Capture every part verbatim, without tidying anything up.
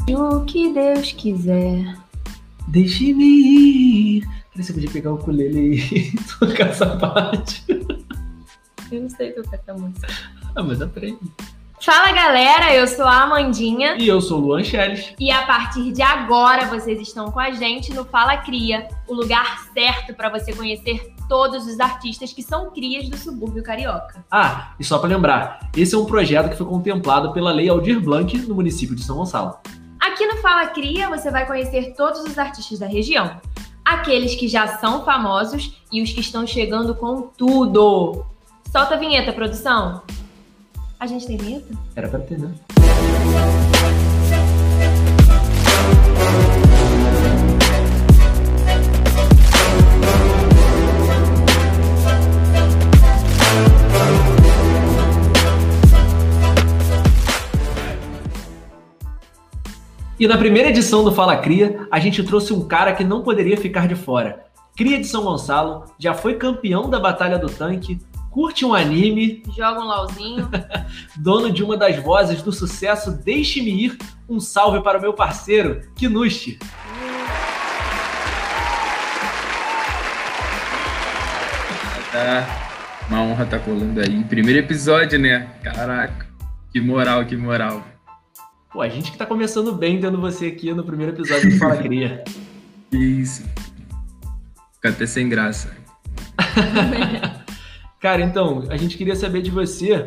O que Deus quiser. Deixe-me ir. Cara, você podia pegar o ukulele e tocar essa parte. Eu não sei tocar essa música. Ah, mas aprende. Fala, galera, eu sou a Amandinha. E eu sou o Luan Cheles. E a partir de agora, vocês estão com a gente no Fala Cria, o lugar certo para você conhecer todos os artistas que são crias do subúrbio carioca. Ah, e só para lembrar, esse é um projeto que foi contemplado pela Lei Aldir Blanc no município de São Gonçalo. Aqui no Fala Cria, você vai conhecer todos os artistas da região. Aqueles que já são famosos e os que estão chegando com tudo. Solta a vinheta, produção. A gente tem vinheta? Era pra ter, né? E na primeira edição do Fala Cria, a gente trouxe um cara que não poderia ficar de fora. Cria de São Gonçalo, já foi campeão da Batalha do Tanque, curte um anime, joga um lauzinho, dono de uma das vozes do sucesso Deixe-me Ir. Um salve para o meu parceiro, Kinushi. Tá, uma honra estar colando aí. Primeiro episódio, né? Caraca, que moral, que moral. Pô, a gente que tá começando bem tendo você aqui no primeiro episódio do Fala Cria. Isso. Fica até sem graça. Cara, então, a gente queria saber de você,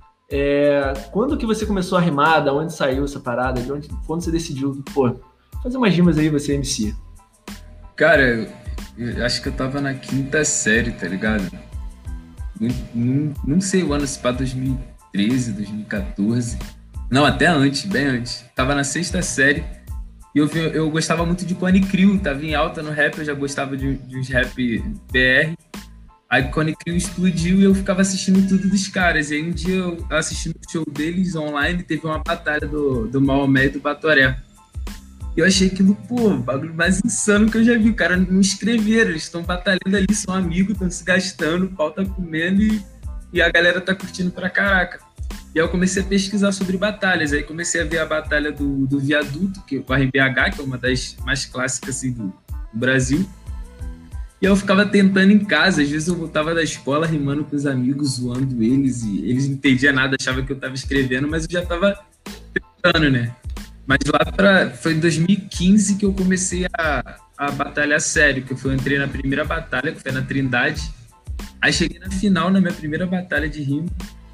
é, quando que você começou a rimar, da onde saiu essa parada, de onde, quando você decidiu, pô, fazer umas rimas aí, você M C? Cara, eu, eu acho que eu tava na quinta série, tá ligado? Não, não, não sei o ano, se pá, dois mil e treze, dois mil e quatorze... Não, até antes, bem antes. Tava na sexta série e eu, eu gostava muito de Cone Crew, tava em alta no rap, eu já gostava de, de uns rap B R. Aí Cone Crew explodiu e eu ficava assistindo tudo dos caras. E aí um dia eu assistindo o show deles online, teve uma batalha do, do Maomé e do Batoré. E eu achei aquilo, pô, o bagulho mais insano que eu já vi. O cara não escreveram, eles estão batalhando ali, são amigos, estão se gastando, o pau tá comendo e, e a galera tá curtindo pra caraca. E aí eu comecei a pesquisar sobre batalhas, aí comecei a ver a batalha do, do Viaduto, que é o R B H, que é uma das mais clássicas assim, do, do Brasil. E aí eu ficava tentando em casa, às vezes eu voltava da escola rimando com os amigos, zoando eles, e eles não entendiam nada, achavam que eu estava escrevendo, mas eu já estava tentando, né? Mas lá pra, foi em dois mil e quinze que eu comecei a, a batalhar sério, que eu entrei na primeira batalha, que foi na Trindade. Aí cheguei na final, na minha primeira batalha de rima.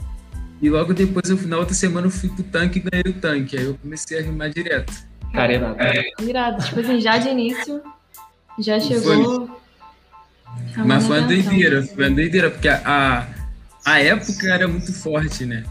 E logo depois, eu, na outra semana, eu fui pro tanque e ganhei o tanque. Aí eu comecei a rimar direto. Caramba. É. Irado. Tipo assim, já de início, já chegou... Foi. Mas foi uma doideira, foi uma doideira, porque a, a, a época era muito forte, né?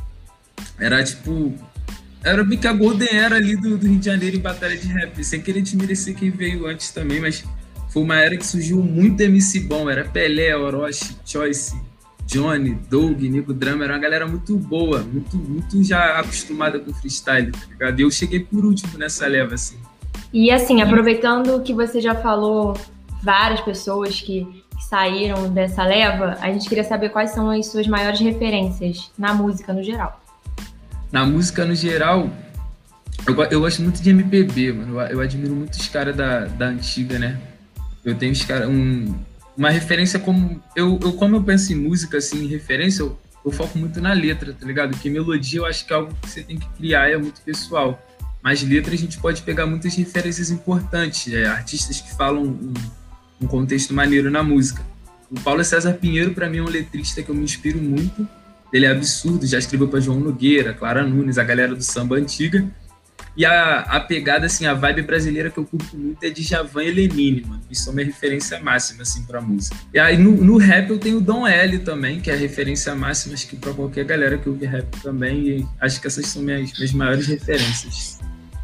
Era tipo... Era meio que a Golden Era ali do, do Rio de Janeiro em batalha de rap. Sem querer desmerecer quem veio antes também, mas foi uma era que surgiu muito M C bom. Era Pelé, Orochi, Choice... Johnny, Doug, Nico Drama, era uma galera muito boa, muito, muito já acostumada com freestyle, tá ligado? E eu cheguei por último nessa leva, assim. E assim, aproveitando que você já falou várias pessoas que, que saíram dessa leva, a gente queria saber quais são as suas maiores referências na música no geral. Na música no geral, eu, eu gosto muito de M P B, mano. Eu, eu admiro muito os caras da, da antiga, né? Eu tenho os caras... Um, Uma referência como... Eu, eu, como eu penso em música, assim, em referência, eu, eu foco muito na letra, tá ligado? Porque melodia eu acho que é algo que você tem que criar, é muito pessoal. Mas letra a gente pode pegar muitas referências importantes, é, artistas que falam um, um contexto maneiro na música. O Paulo César Pinheiro, pra mim, é um letrista que eu me inspiro muito. Ele é absurdo, já escreveu pra João Nogueira, Clara Nunes, a galera do samba antiga. E a, a pegada, assim, a vibe brasileira que eu curto muito é de Djavan e Lenine, mano. Isso são minha referência máxima, assim, pra música. E aí, no, no rap, eu tenho o Dom L também, que é a referência máxima, acho que pra qualquer galera que ouve rap também. E acho que essas são minhas, minhas maiores referências.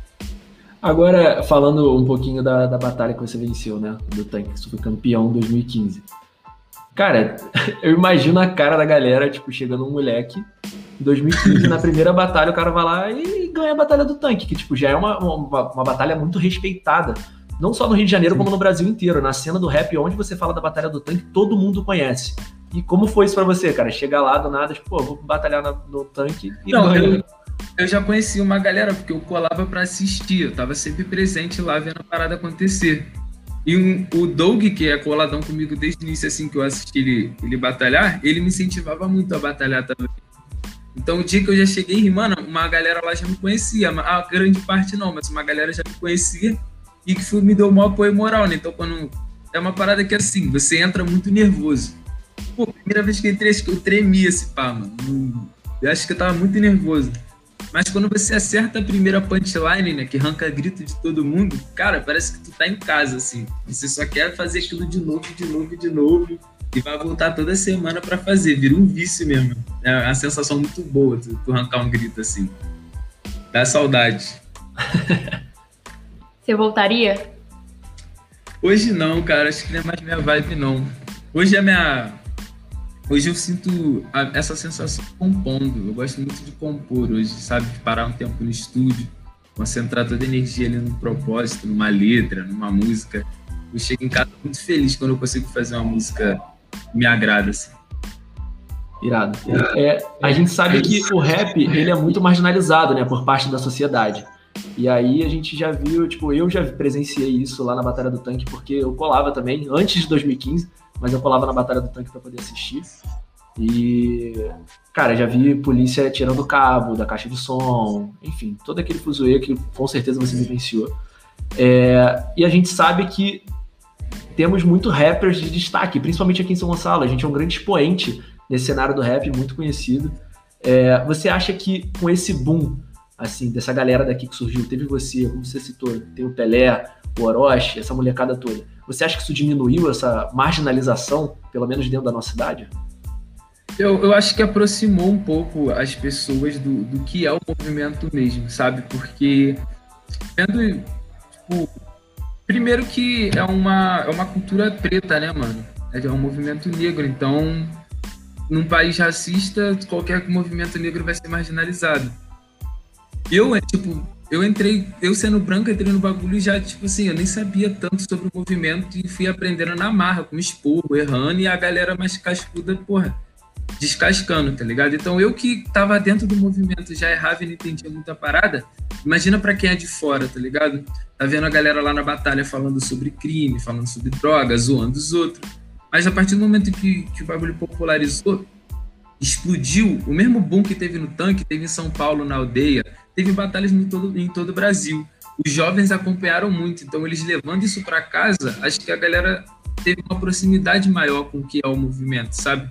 Agora, falando um pouquinho da, da batalha que você venceu, né? Do tanque, que você foi campeão em dois mil e quinze. Cara, eu imagino a cara da galera, tipo, chegando um moleque... Em dois mil e quinze, na primeira batalha, o cara vai lá e ganha a Batalha do Tanque, que tipo, já é uma, uma, uma batalha muito respeitada, não só no Rio de Janeiro, como no Brasil inteiro. Na cena do rap, onde você fala da Batalha do Tanque, todo mundo conhece. E como foi isso pra você, cara? Chegar lá do nada, tipo, pô, vou batalhar no, no tanque e não, ganhar. Eu, eu já conhecia uma galera, porque eu colava pra assistir, eu tava sempre presente lá vendo a parada acontecer. E um, o Doug, que é coladão comigo desde o início, assim, que eu assisti ele, ele batalhar, ele me incentivava muito a batalhar também. Então, o dia que eu já cheguei, mano, uma galera lá já me conhecia, a grande parte não, mas uma galera já me conhecia e que foi, me deu um maior apoio moral, né? Então, quando... É uma parada que, assim, você entra muito nervoso. Pô, primeira vez que eu entrei, acho que eu tremia esse pá, mano. Eu acho que eu tava muito nervoso. Mas quando você acerta a primeira punchline, né, que arranca grito de todo mundo, cara, parece que tu tá em casa, assim. Você só quer fazer aquilo de novo, de novo, de novo. E vai voltar toda semana pra fazer. Vira um vício mesmo. É uma sensação muito boa, tu, tu arrancar um grito assim. Dá saudade. Você voltaria? Hoje não, cara. Acho que não é mais minha vibe, não. Hoje é minha... Hoje eu sinto a, essa sensação compondo. Eu gosto muito de compor hoje, sabe? De parar um tempo no estúdio, concentrar toda a energia ali no propósito, numa letra, numa música. Eu chego em casa muito feliz quando eu consigo fazer uma música que me agrada, assim. Irado. É, a gente sabe que o rap, ele é muito marginalizado, né, por parte da sociedade. E aí a gente já viu, tipo, eu já presenciei isso lá na Batalha do Tanque, porque eu colava também, antes de dois mil e quinze, mas eu colava na Batalha do Tanque para poder assistir. E, cara, já vi polícia tirando o cabo da caixa de som, enfim, todo aquele fuzuê que com certeza você vivenciou. É, e a gente sabe que temos muito rappers de destaque, principalmente aqui em São Gonçalo. A gente é um grande expoente nesse cenário do rap, muito conhecido. É, você acha que com esse boom, assim, dessa galera daqui que surgiu, teve você, como você citou, tem o Pelé, o Orochi, essa molecada toda, você acha que isso diminuiu essa marginalização, pelo menos dentro da nossa cidade? Eu, eu acho que aproximou um pouco as pessoas do, do que é o movimento mesmo, sabe? Porque, vendo, tipo, primeiro que é uma, é uma cultura preta, né, mano? É um movimento negro, então, num país racista, qualquer movimento negro vai ser marginalizado. Eu, tipo, eu entrei, eu sendo branco, entrei no bagulho e já, tipo assim, eu nem sabia tanto sobre o movimento e fui aprendendo na marra, com esporro, errando, e a galera mais cascuda, porra, descascando, tá ligado? Então eu que tava dentro do movimento já errava e não entendia muita parada, imagina pra quem é de fora, tá ligado? Tá vendo a galera lá na batalha falando sobre crime, falando sobre droga, zoando os outros. Mas a partir do momento que, que o bagulho popularizou, explodiu, o mesmo boom que teve no Tanque, teve em São Paulo, na Aldeia, teve batalhas em todo, em todo o Brasil. Os jovens acompanharam muito, então eles levando isso pra casa, acho que a galera teve uma proximidade maior com o que é o movimento, sabe?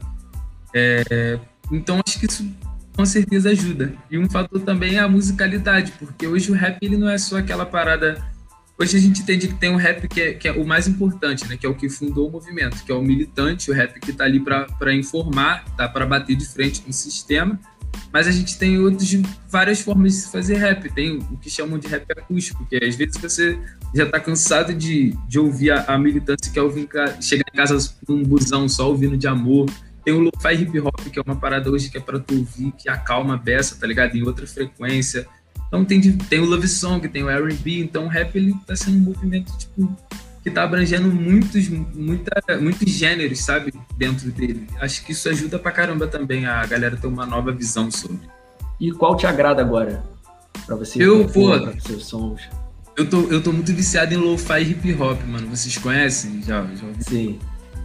É, então acho que isso com certeza ajuda. E um fator também é a musicalidade, porque hoje o rap ele não é só aquela parada... Hoje a gente entende que tem um rap que é, que é o mais importante, né? Que é o que fundou o movimento, que é o militante, o rap que tá ali para informar, tá para bater de frente com o sistema. Mas a gente tem outras várias formas de se fazer rap. Tem o que chamam de rap acústico, que às vezes você já tá cansado de, de ouvir a, a militância, que é ouvir, chegar em casa num busão só ouvindo de amor. Tem o lo-fi hip hop, que é uma parada hoje que é para tu ouvir, que acalma a beça, tá ligado? Em outra frequência. Então tem, tem o love song, tem o R and B, então o rap ele tá sendo um movimento tipo, que tá abrangendo muitos, muita, muitos gêneros, sabe, dentro dele. Acho que isso ajuda pra caramba também a galera ter uma nova visão sobre. E qual te agrada agora? Pra você eu, pô, pra seus sons? Eu tô, eu tô muito viciado em lo-fi hip hop, mano. Vocês conhecem? Já, já ouvi? Sim.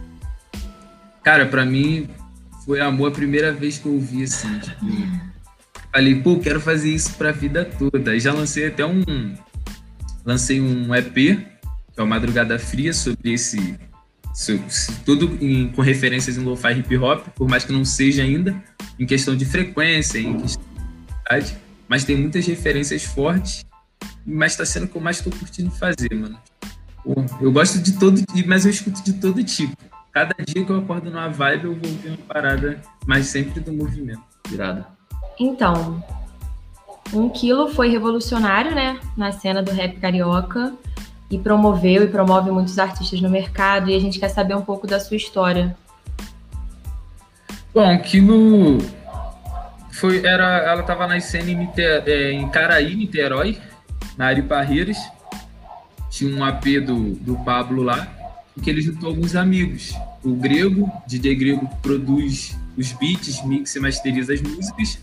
Cara, pra mim foi amor a primeira vez que eu ouvi, assim, tipo... Falei, pô, quero fazer isso pra vida toda. Aí já lancei até um... Lancei um E P, que é o Madrugada Fria, sobre esse... Sobre, tudo em, com referências em lo-fi hip hop, por mais que não seja ainda, em questão de frequência, em questão de qualidade, mas tem muitas referências fortes, mas tá sendo o que eu mais tô curtindo fazer, mano. Pô, eu gosto de todo, mas eu escuto de todo tipo. Cada dia que eu acordo numa vibe, eu vou ouvir uma parada, mas sempre do movimento. Irado. Então, um quilo foi revolucionário, né, na cena do rap carioca e promoveu e promove muitos artistas no mercado e a gente quer saber um pouco da sua história. Bom, um quilo foi, era, ela estava nascendo em, é, em Caraí, Niterói, na Ari Parreiras. Tinha um A P do, do Pablo lá, que ele juntou alguns amigos. O Grego, D J Grego, que produz os beats, mixa e masteriza as músicas.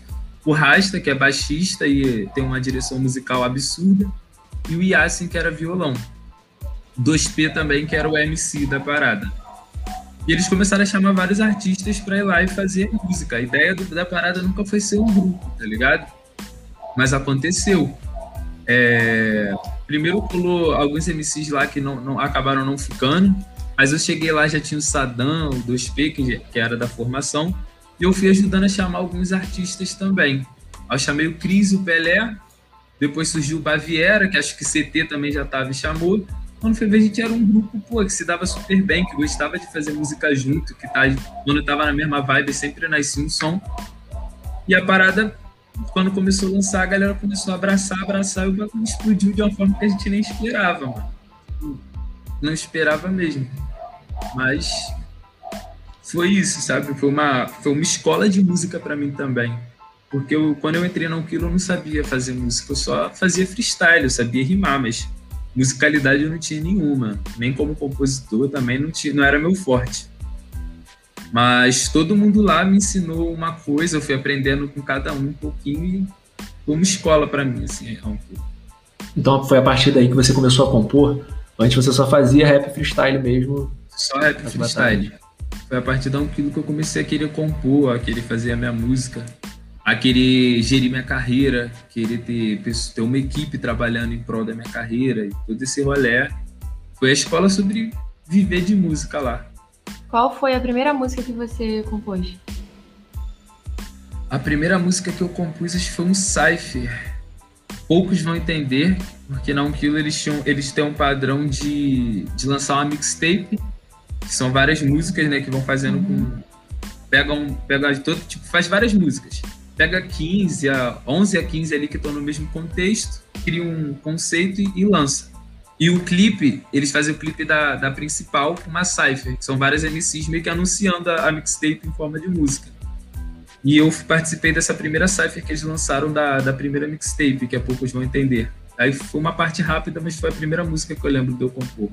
o Rasta, que é baixista e tem uma direção musical absurda, e o Yasin, que era violão. dois P também, que era o M C da parada. E eles começaram a chamar vários artistas pra ir lá e fazer música. A ideia do, da parada nunca foi ser um grupo, tá ligado? Mas aconteceu. É... Primeiro pulou alguns M Cs lá que não, não, acabaram não ficando, mas eu cheguei lá, já tinha o Sadam, o dois P, que, que era da formação, e eu fui ajudando a chamar alguns artistas também. Eu chamei o Cris, o Pelé, depois surgiu o Baviera, que acho que C T também já estava e chamou. Quando foi ver, a gente era um grupo, pô, que se dava super bem, que gostava de fazer música junto, que tá, quando tava na mesma vibe, sempre nascia um som. E a parada, quando começou a lançar, a galera começou a abraçar, abraçar, e o bagulho explodiu de uma forma que a gente nem esperava, mano. Não esperava mesmo. Mas foi isso, sabe? Foi uma, foi uma escola de música pra mim também. Porque eu, quando eu entrei no Aquilo, eu não sabia fazer música, eu só fazia freestyle, eu sabia rimar, mas musicalidade eu não tinha nenhuma, nem como compositor também não, tinha, não era meu forte. Mas todo mundo lá me ensinou uma coisa, eu fui aprendendo com cada um um pouquinho e foi uma escola para mim, assim. Então foi a partir daí que você começou a compor? Antes você só fazia rap freestyle mesmo? Só rap freestyle. Foi a partir daquilo que eu comecei a querer compor, a querer fazer a minha música, a querer gerir minha carreira, querer ter, ter uma equipe trabalhando em prol da minha carreira e todo esse rolê. Foi a escola sobre viver de música lá. Qual foi a primeira música que você compôs? A primeira música que eu compus acho que foi um cypher. Poucos vão entender, porque na Aquilo eles, tinham, eles têm um padrão de, de lançar uma mixtape, que são várias músicas, né, que vão fazendo com... Pegam, pegam todo tipo, faz várias músicas. Pega quinze, a onze a quinze ali que estão no mesmo contexto, cria um conceito e, e lança. E o clipe, eles fazem o clipe da, da principal com uma cypher, que são várias M Cs meio que anunciando a, a mixtape em forma de música. E eu participei dessa primeira cypher que eles lançaram da, da primeira mixtape, que a poucos vão entender. Aí foi uma parte rápida, mas foi a primeira música que eu lembro de eu compor.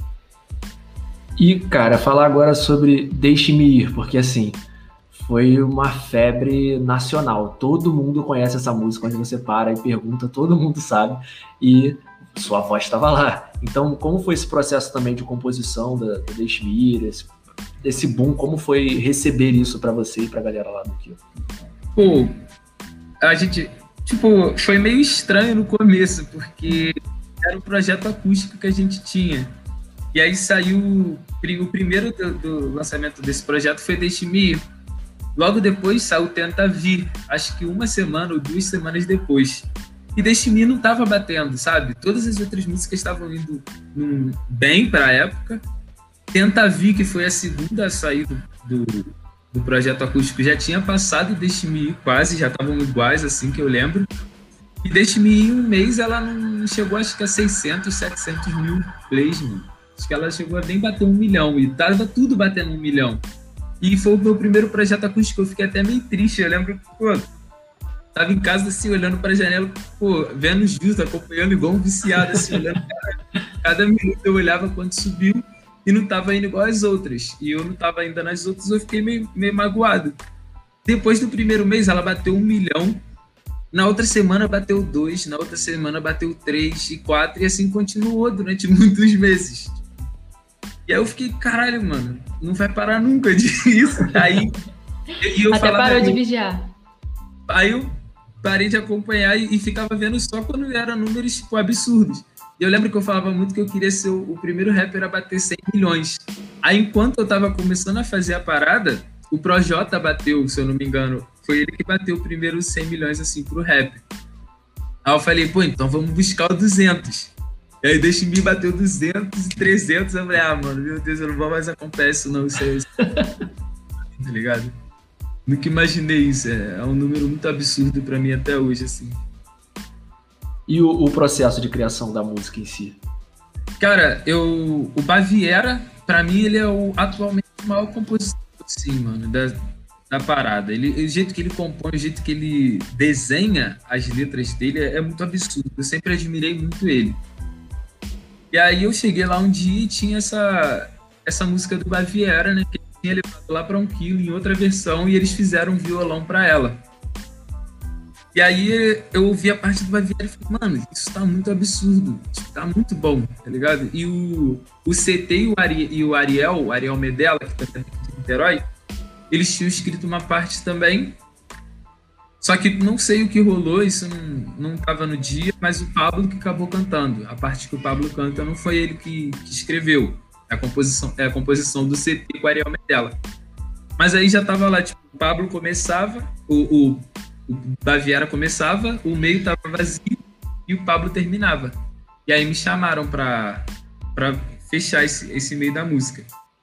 E, cara, falar agora sobre Deixe-me Ir, porque assim... Foi uma febre nacional. Todo mundo conhece essa música. Onde você para e pergunta, todo mundo sabe. E sua voz estava lá. Então, como foi esse processo também de composição da, da Deixe-me Ir, esse, esse boom? Como foi receber isso para você e pra galera lá do Aquilo? Pô, a gente... Tipo, foi meio estranho no começo, porque era um projeto acústico que a gente tinha. E aí saiu... O primeiro do, do lançamento desse projeto foi Deixe-me Ir. Logo depois saiu Tenta Vir, acho que uma semana ou duas semanas depois. E Deixe-me Ir não tava batendo, sabe? Todas as outras músicas estavam indo num, bem pra época. Tenta Vir, que foi a segunda a sair do, do, do projeto acústico, já tinha passado Deixe-me Ir quase, já estavam iguais, assim que eu lembro. E Deixe-me Ir, em um mês, ela não chegou, acho que a seiscentos, setecentos mil plays, mano. Acho que ela chegou a nem bater um milhão, e tava tudo batendo um milhão. E foi o meu primeiro projeto acústico, eu fiquei até meio triste, eu lembro que, pô, tava em casa, assim, olhando pra janela, pô, vendo os views, acompanhando igual um viciado, assim, olhando cada, cada minuto eu olhava quando subiu e não tava indo igual as outras, e eu não tava ainda nas outras, eu fiquei meio, meio magoado. Depois do primeiro mês, ela bateu um milhão, na outra semana bateu dois, na outra semana bateu três e quatro, e assim continuou durante muitos meses. E aí eu fiquei, caralho, mano, não vai parar nunca disso. Aí, e eu Até falava, parou de vigiar. Aí eu parei de acompanhar e, e ficava vendo só quando eram números, tipo, absurdos. E eu lembro que eu falava muito que eu queria ser o, o primeiro rapper a bater cem milhões. Aí, enquanto eu tava começando a fazer a parada, o Projota bateu, se eu não me engano, foi ele que bateu o primeiro cem milhões, assim, pro rap. Aí eu falei, pô, então vamos buscar o duzentos. E aí Deixe-me Ir bateu duzentos e trezentos, eu falei, ah, mano, meu Deus, eu não vou mais acompanhar isso não, isso é isso. Tá ligado? Nunca imaginei isso, é, é um número muito absurdo pra mim até hoje, assim. E o, o processo de criação da música em si? Cara, eu, o Baviera, pra mim, ele é o, atualmente o maior compositor, assim, mano, da, da parada. Ele, o jeito que ele compõe, o jeito que ele desenha as letras dele é, é muito absurdo. Eu sempre admirei muito ele. E aí eu cheguei lá um dia e tinha essa, essa música do Baviera, né? Que ele tinha levado lá pra Aquilo em outra versão e eles fizeram um violão pra ela. E aí eu ouvi a parte do Baviera e falei, mano, isso tá muito absurdo, tipo, tá muito bom, tá ligado? E o, o C T e o, Ari, e o Ariel, o Ariel Medella, que tá aqui de Niterói, eles tinham escrito uma parte também, só que não sei o que rolou, isso não, não tava no dia, mas o Pablo que acabou cantando. A parte que o Pablo canta não foi ele que, que escreveu, é a composição, é a composição do C T com o Ariel Medella. Mas aí já tava lá, tipo, o Pablo começava, o, o, o Baviera começava, o meio tava vazio e o Pablo terminava. E aí me chamaram pra, pra fechar esse, esse meio da música.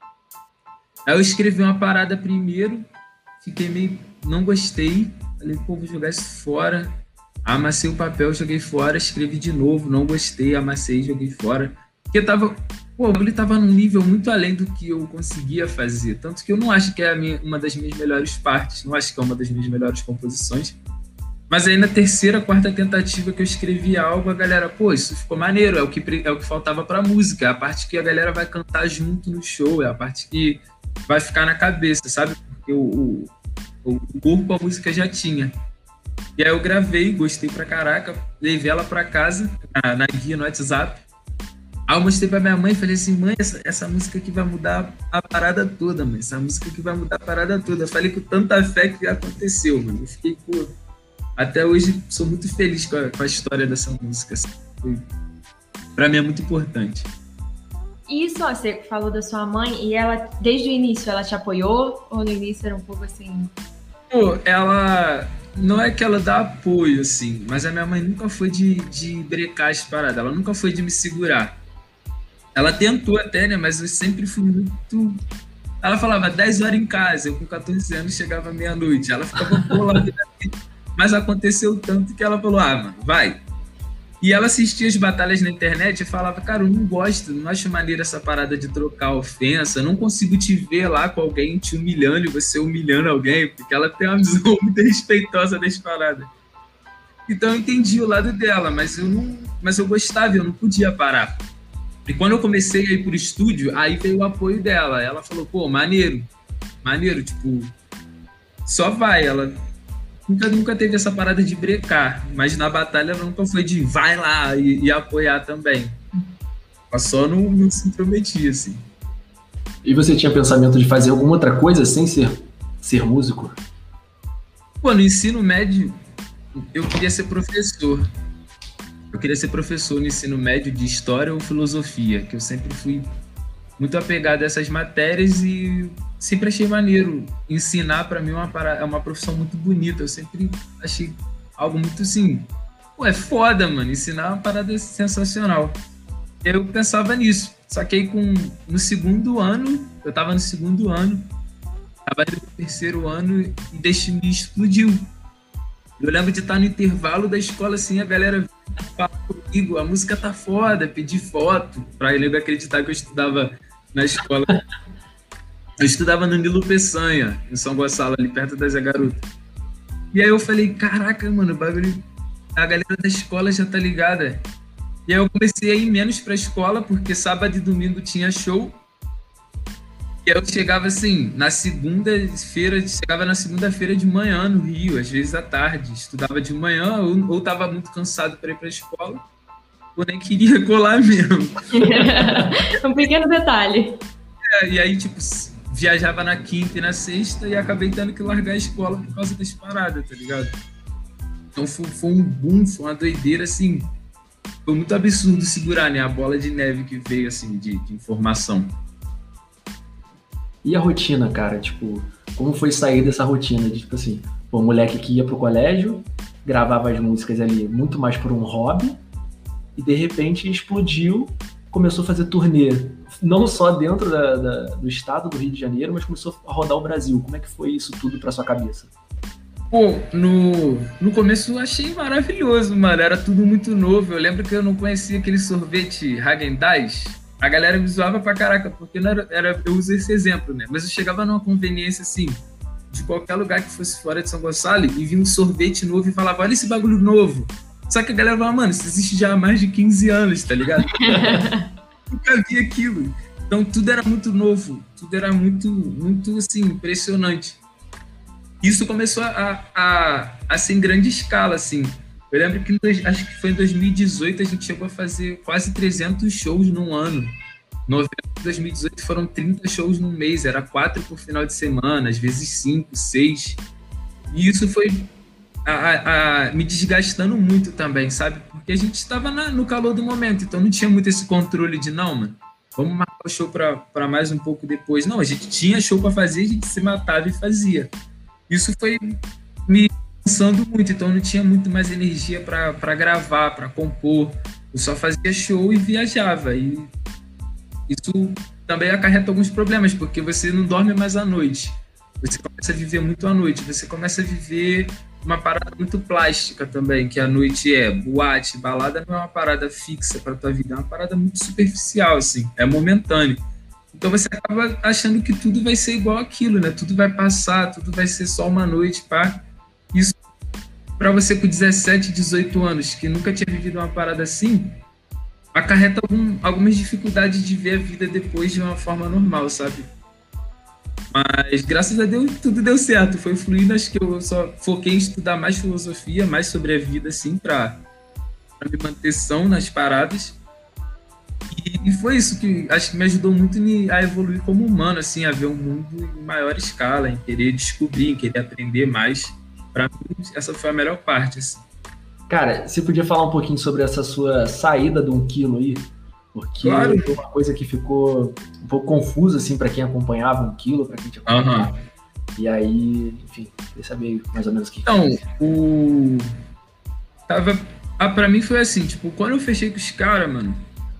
Aí eu escrevi uma parada primeiro, fiquei meio... não gostei, falei, pô, vou jogar isso fora. Amassei o papel, joguei fora, escrevi de novo, não gostei, amassei, joguei fora. Porque tava... Pô, ele tava num nível muito além do que eu conseguia fazer. Tanto que eu não acho que é a minha, uma das minhas melhores partes, não acho que é uma das minhas melhores composições. Mas aí na terceira, quarta tentativa que eu escrevi algo, a galera, pô, isso ficou maneiro, é o que, é o que faltava pra música, é a parte que a galera vai cantar junto no show, é a parte que vai ficar na cabeça, sabe? Porque o, o, o corpo a música já tinha. E aí eu gravei, gostei pra caraca, levei ela pra casa, na, na guia no WhatsApp. Aí eu mostrei pra minha mãe e falei assim, mãe, essa, essa música aqui vai mudar a parada toda, mãe. Essa música aqui vai mudar a parada toda. Eu falei com tanta fé que aconteceu, mano. Eu fiquei, pô, até hoje sou muito feliz com a, com a história dessa música. Assim. Foi, pra mim é muito importante. Isso, ó, você falou da sua mãe e ela, desde o início, ela te apoiou? Ou no início era um pouco assim... Pô, ela... Não é que ela dá apoio, assim, mas a minha mãe nunca foi de, de brecar as paradas. Ela nunca foi de me segurar. Ela tentou até, né? Mas eu sempre fui muito... Ela falava dez horas em casa, eu com catorze anos chegava meia-noite. Ela ficava bolada. Mas aconteceu tanto que ela falou, ah, mano, vai. E ela assistia as batalhas na internet e falava, cara, eu não gosto, não acho maneira essa parada de trocar ofensa, eu não consigo te ver lá com alguém te humilhando e você humilhando alguém, porque ela tem uma visão muito respeitosa das paradas. Então eu entendi o lado dela, mas eu, não, mas eu gostava, eu não podia parar. E quando eu comecei a ir pro estúdio, aí veio o apoio dela. Ela falou, pô, maneiro, maneiro, tipo, só vai. Ela nunca, nunca teve essa parada de brecar, mas na batalha ela nunca foi de vai lá e, e apoiar também. Ela só não, não se intrometia, assim. E você tinha pensamento de fazer alguma outra coisa sem ser, ser músico? Pô, no ensino médio, eu queria ser professor. Eu queria ser professor no ensino médio de História ou Filosofia, que eu sempre fui muito apegado a essas matérias e sempre achei maneiro. Ensinar, para mim, é uma, é uma profissão muito bonita. Eu sempre achei algo muito assim... Pô, é foda, mano. Ensinar é uma parada sensacional. Eu pensava nisso. Só que aí, com, no segundo ano, eu tava no segundo ano, tava no terceiro ano e deixe me explodiu. Eu lembro de estar no intervalo da escola, assim, a galera fala comigo, a música tá foda, pedir foto, pra ele acreditar que eu estudava na escola. Eu estudava no Nilo Peçanha, em São Gonçalo, ali perto da Zé Garoto. E aí eu falei, caraca, mano, o bagulho, a galera da escola já tá ligada. E aí eu comecei a ir menos pra escola, porque sábado e domingo tinha show. E aí eu chegava assim, na segunda-feira, chegava na segunda-feira de manhã no Rio, às vezes à tarde. Estudava de manhã, ou, ou tava muito cansado para ir pra escola, ou nem queria colar mesmo. Um pequeno detalhe. É, e aí, tipo, viajava na quinta e na sexta e acabei tendo que largar a escola por causa das paradas, tá ligado? Então foi, foi um boom, foi uma doideira, assim. Foi muito absurdo segurar, né? A bola de neve que veio, assim, de, de informação. E a rotina, cara? Tipo, como foi sair dessa rotina? De, tipo assim, o moleque que ia pro colégio, gravava as músicas ali muito mais por um hobby, e de repente explodiu, começou a fazer turnê, não só dentro da, da, do estado do Rio de Janeiro, mas começou a rodar o Brasil. Como é que foi isso tudo pra sua cabeça? Pô, no, no começo eu achei maravilhoso, mano. Era tudo muito novo. Eu lembro que eu não conhecia aquele sorvete Häagen-Dazs. A galera me zoava pra caraca, porque não era, era, eu uso esse exemplo, né? Mas eu chegava numa conveniência, assim, de qualquer lugar que fosse fora de São Gonçalo, e via um sorvete novo e falava, olha esse bagulho novo. Só que a galera falava, mano, isso existe já há mais de quinze anos, tá ligado? Nunca vi aquilo. Então tudo era muito novo, tudo era muito, muito, assim, impressionante. Isso começou a, a, a ser em grande escala, assim. Eu lembro que, acho que foi em dois mil e dezoito, a gente chegou a fazer quase trezentos shows num ano. Em novembro de dois mil e dezoito foram trinta shows num mês, era quatro por final de semana, às vezes cinco, seis. E isso foi a, a, a, me desgastando muito também, sabe? Porque a gente estava no calor do momento, então não tinha muito esse controle de, não, mano, vamos marcar o show para mais um pouco depois. Não, a gente tinha show para fazer, a gente se matava e fazia. Isso foi me cansando muito, então eu não tinha muito mais energia para gravar, para compor. Eu só fazia show e viajava. E isso também acarreta alguns problemas, porque você não dorme mais à noite. Você começa a viver muito à noite. Você começa a viver uma parada muito plástica também, que a noite é boate, balada não é uma parada fixa para tua vida, é uma parada muito superficial, assim, é momentâneo. Então você acaba achando que tudo vai ser igual aquilo, né? Tudo vai passar, tudo vai ser só uma noite, pá. Isso, para você com dezessete, dezoito anos, que nunca tinha vivido uma parada assim, acarreta algum, algumas dificuldades de ver a vida depois de uma forma normal, sabe? Mas, graças a Deus, tudo deu certo. Foi fluindo, acho que eu só foquei em estudar mais filosofia, mais sobre a vida, assim, para me manter são nas paradas. E, e foi isso que acho que me ajudou muito a evoluir como humano, assim, a ver o mundo em maior escala, em querer descobrir, em querer aprender mais. Para mim, essa foi a melhor parte, assim. Cara, você podia falar um pouquinho sobre essa sua saída de um quilo aí? Porque claro. Foi uma coisa que ficou um pouco confusa, assim, para quem acompanhava um quilo, para quem te acompanhava. Uhum. E aí, enfim, queria saber mais ou menos o que... Então, o... Tava... Ah, pra mim foi assim, tipo, quando eu fechei com os caras, mano,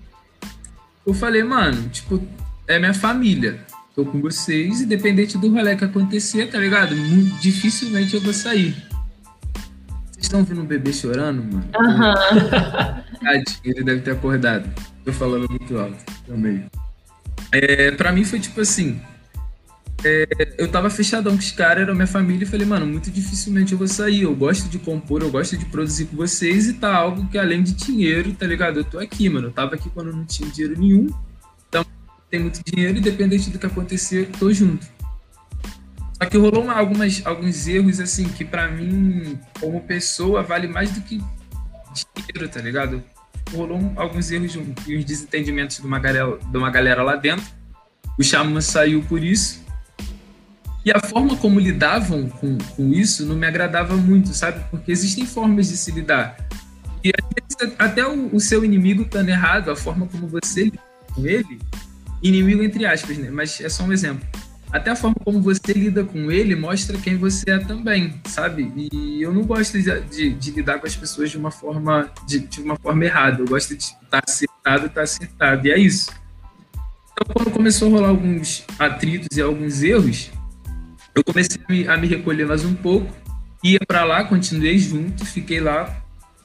eu falei, mano, tipo, é minha família. Tô com vocês, independente do rolê que acontecer, tá ligado? Muito dificilmente eu vou sair. Vocês estão ouvindo um bebê chorando, mano? Aham. Uhum. Ele deve ter acordado. Tô falando muito alto também. É, pra mim foi tipo assim, é, eu tava fechadão com os caras, era minha família, e falei, mano, muito dificilmente eu vou sair, eu gosto de compor, eu gosto de produzir com vocês, e tá algo que além de dinheiro, tá ligado? Eu tô aqui, mano, eu tava aqui quando não tinha dinheiro nenhum, então tem muito dinheiro, independente do que acontecer, eu tô junto. Só que rolou algumas, alguns erros, assim, que pra mim, como pessoa, vale mais do que dinheiro, tá ligado? Rolou alguns erros e uns desentendimentos de uma galera, de uma galera lá dentro. O Xamã saiu por isso. E a forma como lidavam com, com isso não me agradava muito, sabe? Porque existem formas de se lidar. E às vezes, até o, o seu inimigo estando errado, a forma como você lida com ele, inimigo entre aspas, né? Mas é só um exemplo. Até a forma como você lida com ele mostra quem você é também, sabe? E eu não gosto de, de, de lidar com as pessoas de uma forma, de, de uma forma errada. Eu gosto de estar acertado, estar acertado. E é isso. Então, quando começou a rolar alguns atritos e alguns erros, eu comecei a me, a me recolher mais um pouco. Ia pra lá, continuei junto, fiquei lá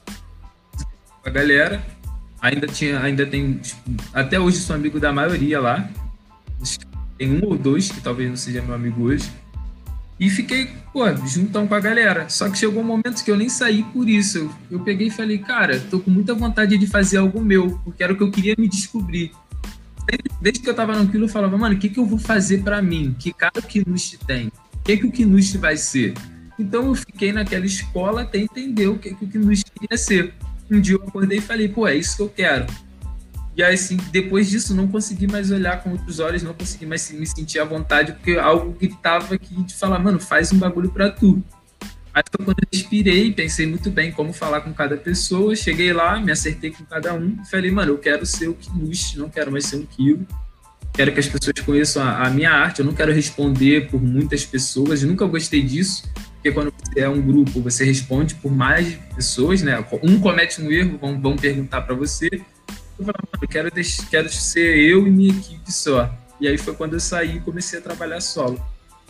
com a galera. Ainda, tinha, ainda tem... Tipo, até hoje sou amigo da maioria lá. Tem um ou dois, que talvez não seja meu amigo hoje. E fiquei, pô, juntão com a galera. Só que chegou um momento que eu nem saí por isso. Eu, eu peguei e falei, cara, tô com muita vontade de fazer algo meu, porque era o que eu queria me descobrir. Desde que eu tava no Quilo, eu falava, mano, o que que eu vou fazer pra mim? Que cara o Knust tem? O que que o Knust vai ser? Então eu fiquei naquela escola até entender o que que o Knust queria ser. Um dia eu acordei e falei, pô, é isso que eu quero. E aí, assim, depois disso, não consegui mais olhar com outros olhos, não consegui mais me sentir à vontade, porque algo gritava aqui de falar, mano, faz um bagulho pra tu. Aí foi quando eu respirei, pensei muito bem como falar com cada pessoa, cheguei lá, me acertei com cada um, e falei, mano, eu quero ser o Knust, não quero mais ser um Quilo, quero que as pessoas conheçam a, a minha arte, eu não quero responder por muitas pessoas, eu nunca gostei disso, porque quando você é um grupo, você responde por mais pessoas, né? Um comete um erro, vão, vão perguntar pra você. Eu falei, mano, eu quero, deixar, quero ser eu e minha equipe só. E aí foi quando eu saí e comecei a trabalhar solo.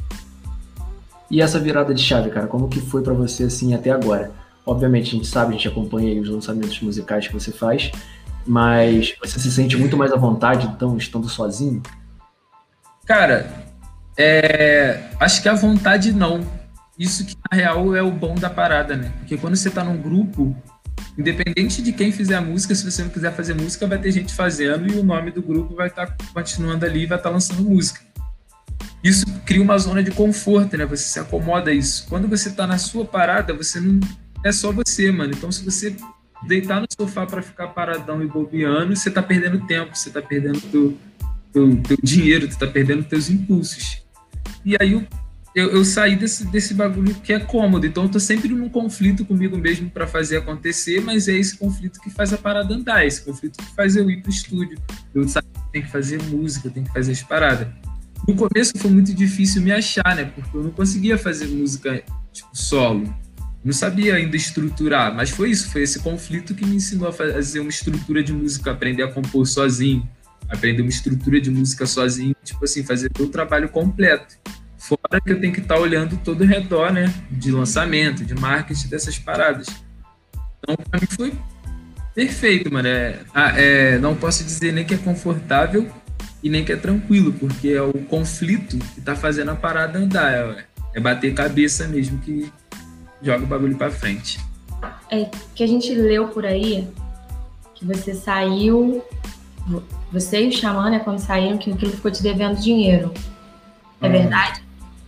E essa virada de chave, cara, como que foi pra você, assim, até agora? Obviamente, a gente sabe, a gente acompanha aí os lançamentos musicais que você faz, mas você se sente muito mais à vontade, então, estando sozinho? Cara, é... acho que a vontade não. Isso que, na real, é o bom da parada, né? Porque quando você tá num grupo, independente de quem fizer a música, se você não quiser fazer música, vai ter gente fazendo e o nome do grupo vai estar tá continuando ali e vai estar tá lançando música. Isso cria uma zona de conforto, né? Você se acomoda a isso. Quando você tá na sua parada, você não é só você, mano. Então, se você deitar no sofá para ficar paradão e bobeando, você tá perdendo tempo, você tá perdendo teu, teu, teu dinheiro, tu tá perdendo teus impulsos. E aí eu, eu, eu saí desse, desse bagulho que é cômodo. Então, eu tô sempre num conflito comigo mesmo para fazer acontecer, mas é esse conflito que faz a parada andar, esse conflito que faz eu ir pro estúdio. Eu sabe que tem que fazer música, tem que fazer as paradas. No começo foi muito difícil me achar, né? Porque eu não conseguia fazer música tipo solo. Não sabia ainda estruturar, mas foi isso, foi esse conflito que me ensinou a fazer uma estrutura de música, aprender a compor sozinho, aprender uma estrutura de música sozinho, tipo assim, fazer todo o trabalho completo. Fora que eu tenho que estar olhando todo o redor, né? De lançamento, de marketing, dessas paradas. Então, pra mim foi perfeito, mano. É, é, não posso dizer nem que é confortável, e nem que é tranquilo, porque é o conflito que tá fazendo a parada andar, é, é bater cabeça mesmo que joga o bagulho pra frente. É que a gente leu por aí que você saiu, você e o Xamã, né, quando saíram, que aquilo ficou te devendo dinheiro. É hum. verdade?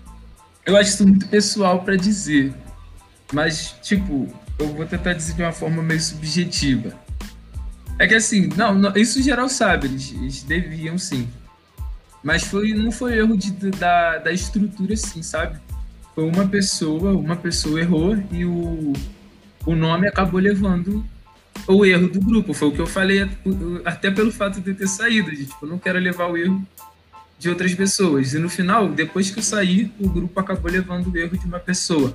Eu acho isso muito pessoal pra dizer, mas, tipo, eu vou tentar dizer de uma forma meio subjetiva. É que assim, não, não, isso geral sabe, eles, eles deviam sim. Mas foi, não foi erro de, da, da estrutura assim, sabe? Foi uma pessoa, uma pessoa errou e o, o nome acabou levando o erro do grupo. Foi o que eu falei, até pelo fato de eu ter saído. De, tipo, eu não quero levar o erro de outras pessoas. E no final, depois que eu saí, o grupo acabou levando o erro de uma pessoa.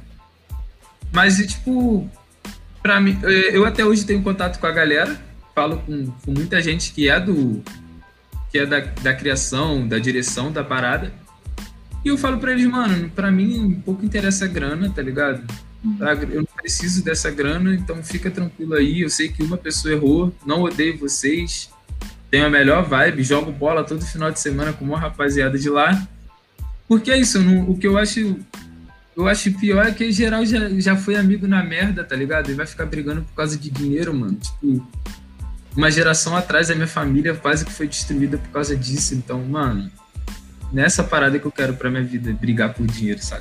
Mas, tipo, pra mim, eu até hoje tenho contato com a galera. Falo com, com muita gente que é do que é da, da criação, da direção da parada, e eu falo pra eles, mano, pra mim um pouco interessa a grana, tá ligado? Eu não preciso dessa grana, então fica tranquilo aí, eu sei que uma pessoa errou, não odeio vocês, tenho a melhor vibe, jogo bola todo final de semana com uma rapaziada de lá, porque é isso, não, o que eu acho eu acho pior é que em geral já, já foi amigo na merda, tá ligado? E vai ficar brigando por causa de dinheiro, mano, tipo, uma geração atrás, a minha família quase que foi destruída por causa disso. Então, mano, nessa parada que eu quero pra minha vida, brigar por dinheiro, sabe?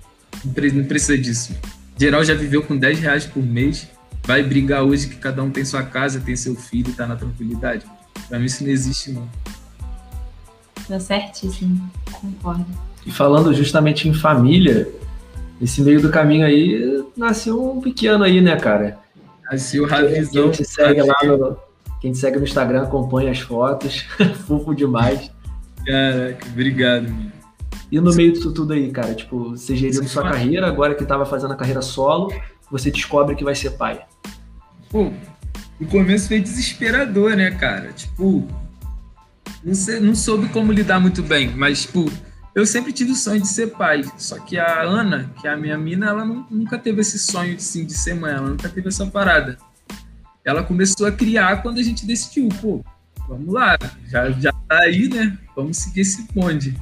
Não precisa disso. Geral já viveu com dez reais por mês, vai brigar hoje que cada um tem sua casa, tem seu filho, tá na tranquilidade. Pra mim isso não existe, não. Tá certíssimo, concordo. E falando justamente em família, nesse meio do caminho aí, nasceu um pequeno aí, né, cara? Nasceu o Ravizão. Quem te segue lá no... Quem te segue no Instagram acompanha as fotos. Fofo demais. Caraca, obrigado, mano. E no meio disso tudo aí, cara, tipo, você geriu sua carreira, agora que tava fazendo a carreira solo, você descobre que vai ser pai. Pô, no começo foi desesperador, né, cara? Tipo, não, sei, não soube como lidar muito bem, mas, tipo, eu sempre tive o sonho de ser pai. Só que a Ana, que é a minha mina, ela não, nunca teve esse sonho de, sim, de ser mãe, ela nunca teve essa parada. Ela começou a criar quando a gente decidiu, pô, vamos lá, já, já tá aí, né? Vamos seguir esse bonde.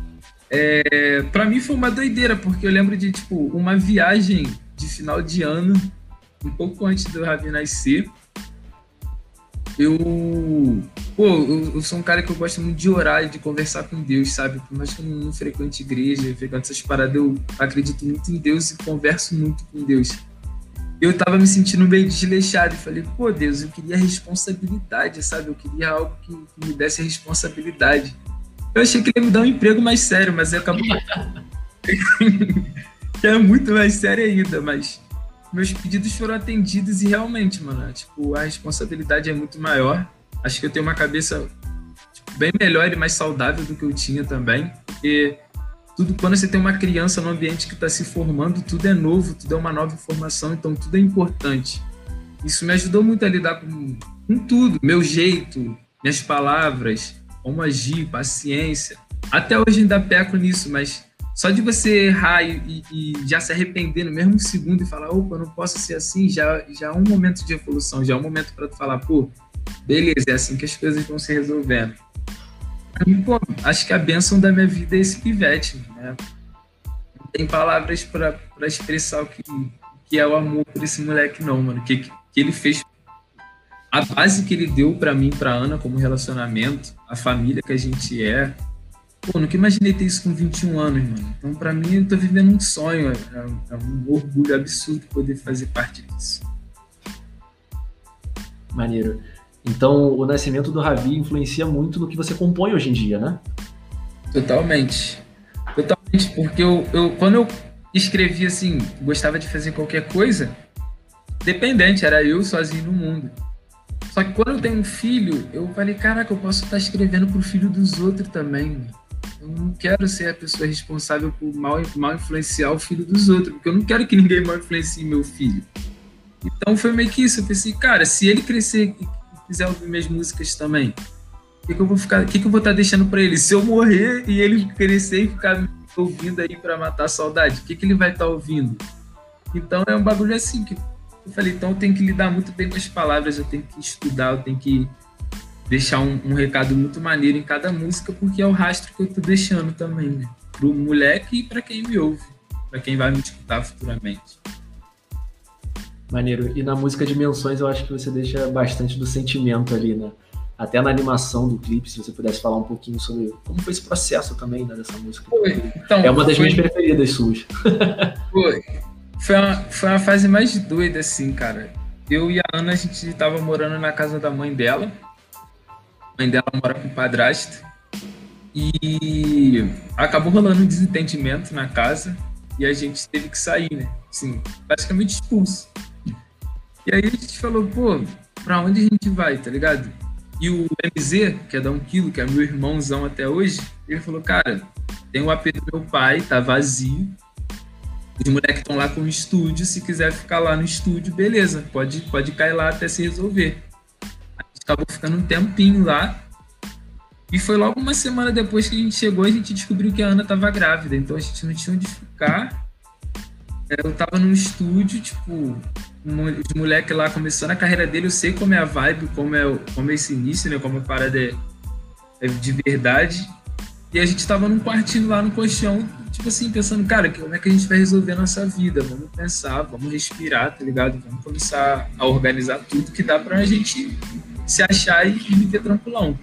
É, pra mim foi uma doideira, porque eu lembro de, tipo, uma viagem de final de ano, um pouco antes do Ravi nascer. Eu, pô, eu, eu sou um cara que eu gosto muito de orar e de conversar com Deus, sabe? Por mais que eu não, não frequente igreja, frequente essas paradas, eu acredito muito em Deus e converso muito com Deus. Eu tava me sentindo meio desleixado e falei, pô, Deus, eu queria responsabilidade, sabe? Eu queria algo que, que me desse responsabilidade. Eu achei que ele ia me dar um emprego mais sério, mas acabou que é muito mais sério ainda, mas meus pedidos foram atendidos e realmente, mano, tipo, a responsabilidade é muito maior. Acho que eu tenho uma cabeça tipo, bem melhor e mais saudável do que eu tinha também, porque tudo, quando você tem uma criança no ambiente que está se formando, tudo é novo, tudo é uma nova informação, então tudo é importante. Isso me ajudou muito a lidar com, com tudo, meu jeito, minhas palavras, como agir, paciência. Até hoje ainda peco nisso, mas só de você errar e, e já se arrepender no mesmo segundo e falar, opa, eu não posso ser assim, já, já é um momento de evolução, já é um momento para tu falar, pô, beleza, é assim que as coisas vão se resolvendo. E, pô, acho que a bênção da minha vida é esse pivete, né? Não tem palavras para expressar o que, que é o amor por esse moleque, não, mano. Que, que ele fez. A base que ele deu para mim, para Ana, como relacionamento, a família que a gente é, Pô, nunca imaginei ter isso com vinte e um anos, mano. Então, pra mim, eu tô vivendo um sonho. É, é um orgulho absurdo poder fazer parte disso. Maneiro. Então, o nascimento do Ravi influencia muito no que você compõe hoje em dia, né? Totalmente. Totalmente, porque eu, eu quando eu escrevia assim, gostava de fazer qualquer coisa, dependente, era eu sozinho no mundo. Só que quando eu tenho um filho, eu falei, caraca, eu posso estar escrevendo pro filho dos outros também. Eu não quero ser a pessoa responsável por mal, mal influenciar o filho dos outros, porque eu não quero que ninguém mal influencie meu filho. Então foi meio que isso, eu pensei, cara, se ele crescer e quiser ouvir minhas músicas também, o que, que eu vou ficar, o que, que eu vou estar deixando pra ele? Se eu morrer e ele crescer e ficar me ouvindo aí pra matar a saudade, o que, que ele vai estar ouvindo? Então é um bagulho assim que eu falei, então eu tenho que lidar muito bem com as palavras, eu tenho que estudar, eu tenho que deixar um, um recado muito maneiro em cada música, porque é o rastro que eu tô deixando também, né? Pro moleque e pra quem me ouve, pra quem vai me escutar futuramente. Maneiro. E na música Dimensões eu acho que você deixa bastante do sentimento ali, né? Até na animação do clipe, se você pudesse falar um pouquinho sobre como foi esse processo também, né, dessa música. Foi. Então, é uma das foi... minhas preferidas suas. Foi. Foi uma, foi uma fase mais doida, assim, cara. Eu e a Ana, a gente tava morando na casa da mãe dela. A mãe dela mora com o padrasto. E acabou rolando um desentendimento na casa. E a gente teve que sair, né? Assim, praticamente expulso. E aí a gente falou, pô, pra onde a gente vai, tá ligado? E o M Z, que é da um quilo, que é meu irmãozão até hoje, ele falou, cara, tem o A P do meu pai, tá vazio. Os moleques estão lá com o estúdio, se quiser ficar lá no estúdio, beleza, pode, pode cair lá até se resolver. A gente acabou ficando um tempinho lá. E foi logo uma semana depois que a gente chegou, a gente descobriu que a Ana tava grávida. Então a gente não tinha onde ficar. Eu tava num estúdio, tipo, os moleques lá começando a carreira dele, eu sei como é a vibe, como é, como é esse início, né? Como a parada é, é de verdade. E a gente tava num quartinho lá no colchão, tipo assim, pensando, cara, como é que a gente vai resolver a nossa vida? Vamos pensar, vamos respirar, tá ligado? Vamos começar a organizar tudo que dá pra gente se achar e viver tranquilão.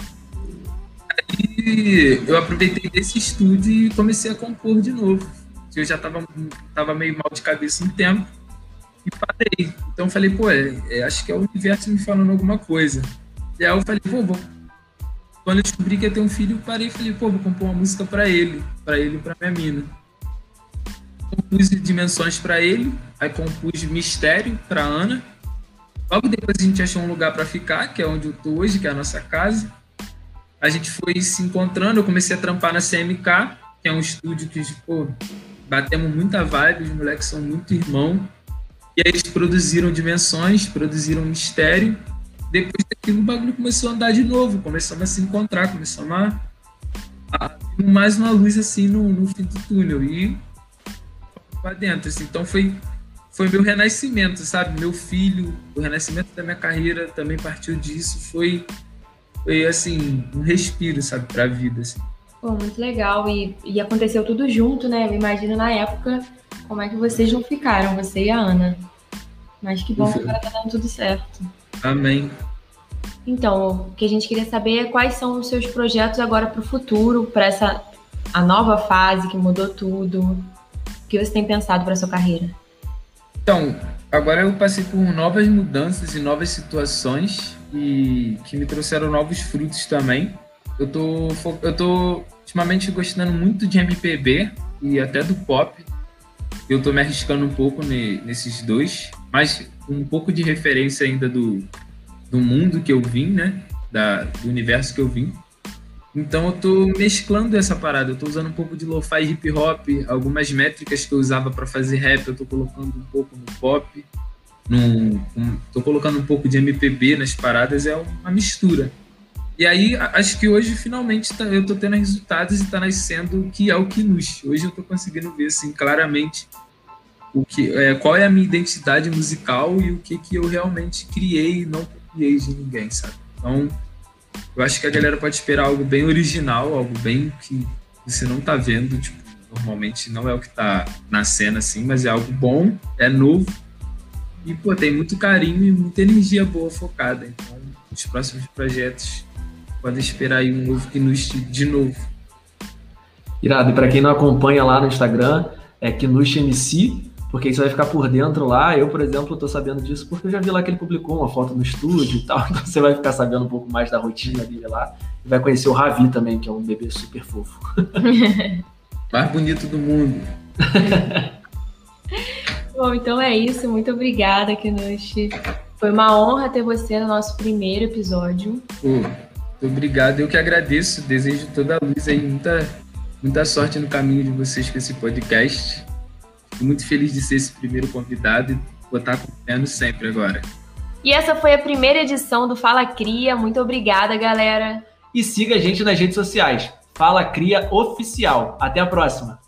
Aí eu aproveitei desse estúdio e comecei a compor de novo. Eu já tava, tava meio mal de cabeça um tempo e parei. Então eu falei, pô, é, é, acho que é o universo me falando alguma coisa. E aí eu falei, pô, vou... quando eu descobri que ia ter um filho, eu parei e falei, pô, vou compor uma música pra ele, pra ele e pra minha mina. Compus Dimensões pra ele, aí compus Mistério pra Ana. Logo depois a gente achou um lugar pra ficar, que é onde eu tô hoje, que é a nossa casa. A gente foi se encontrando, eu comecei a trampar na C M K, que é um estúdio que, pô, batemos muita vibe, os moleques são muito irmão. E aí eles produziram Dimensões, produziram Mistério. Depois daquilo o bagulho começou a andar de novo, começamos a se encontrar, começamos a, a ter mais uma luz assim no, no fim do túnel. E pra dentro, assim. Então foi, foi meu renascimento, sabe? Meu filho, o renascimento da minha carreira também partiu disso. Foi, foi assim, um respiro, sabe, pra vida, assim. Pô, muito legal. E, e aconteceu tudo junto, né? Eu imagino na época como é que vocês não ficaram, você e a Ana. Mas que bom que agora tá dando tudo certo. Amém. Então, o que a gente queria saber é quais são os seus projetos agora para o futuro, para essa a nova fase que mudou tudo. O que você tem pensado para sua carreira? Então, agora eu passei por novas mudanças e novas situações e que me trouxeram novos frutos também. Eu tô, eu tô ultimamente gostando muito de M P B e até do pop. Eu tô me arriscando um pouco ne, nesses dois, mas um pouco de referência ainda do, do mundo que eu vim, né? Da, do universo que eu vim. Então eu tô mesclando essa parada. Eu tô usando um pouco de lo-fi hip hop, algumas métricas que eu usava para fazer rap, eu tô colocando um pouco no pop. No, um, tô colocando um pouco de M P B nas paradas, é uma mistura. E aí, acho que hoje, finalmente, tá, eu tô tendo resultados e tá nascendo o que é o Kinush. Hoje eu tô conseguindo ver, assim, claramente o que, é, qual é a minha identidade musical e o que, que eu realmente criei e não copiei de ninguém, sabe? Então, eu acho que a galera pode esperar algo bem original, algo bem que você não tá vendo, tipo, normalmente não é o que tá na cena, assim, mas é algo bom, é novo e, pô, tem muito carinho e muita energia boa focada. Então, os próximos projetos podem esperar aí um novo Kinush de novo. Irado. E para quem não acompanha lá no Instagram, é Kinush M C, porque aí você vai ficar por dentro lá. Eu, por exemplo, tô sabendo disso porque eu já vi lá que ele publicou uma foto no estúdio e tal. Então você vai ficar sabendo um pouco mais da rotina dele lá. E vai conhecer o Ravi também, que é um bebê super fofo. Mais bonito do mundo. Bom, então é isso. Muito obrigada, Kinush. Foi uma honra ter você no nosso primeiro episódio. Pô, muito obrigado. Eu que agradeço. Desejo toda a luz aí, muita, muita sorte no caminho de vocês com esse podcast. Fico muito feliz de ser esse primeiro convidado e vou estar acompanhando sempre agora. E essa foi a primeira edição do Fala Cria. Muito obrigada, galera. E siga a gente nas redes sociais. Fala Cria Oficial. Até a próxima.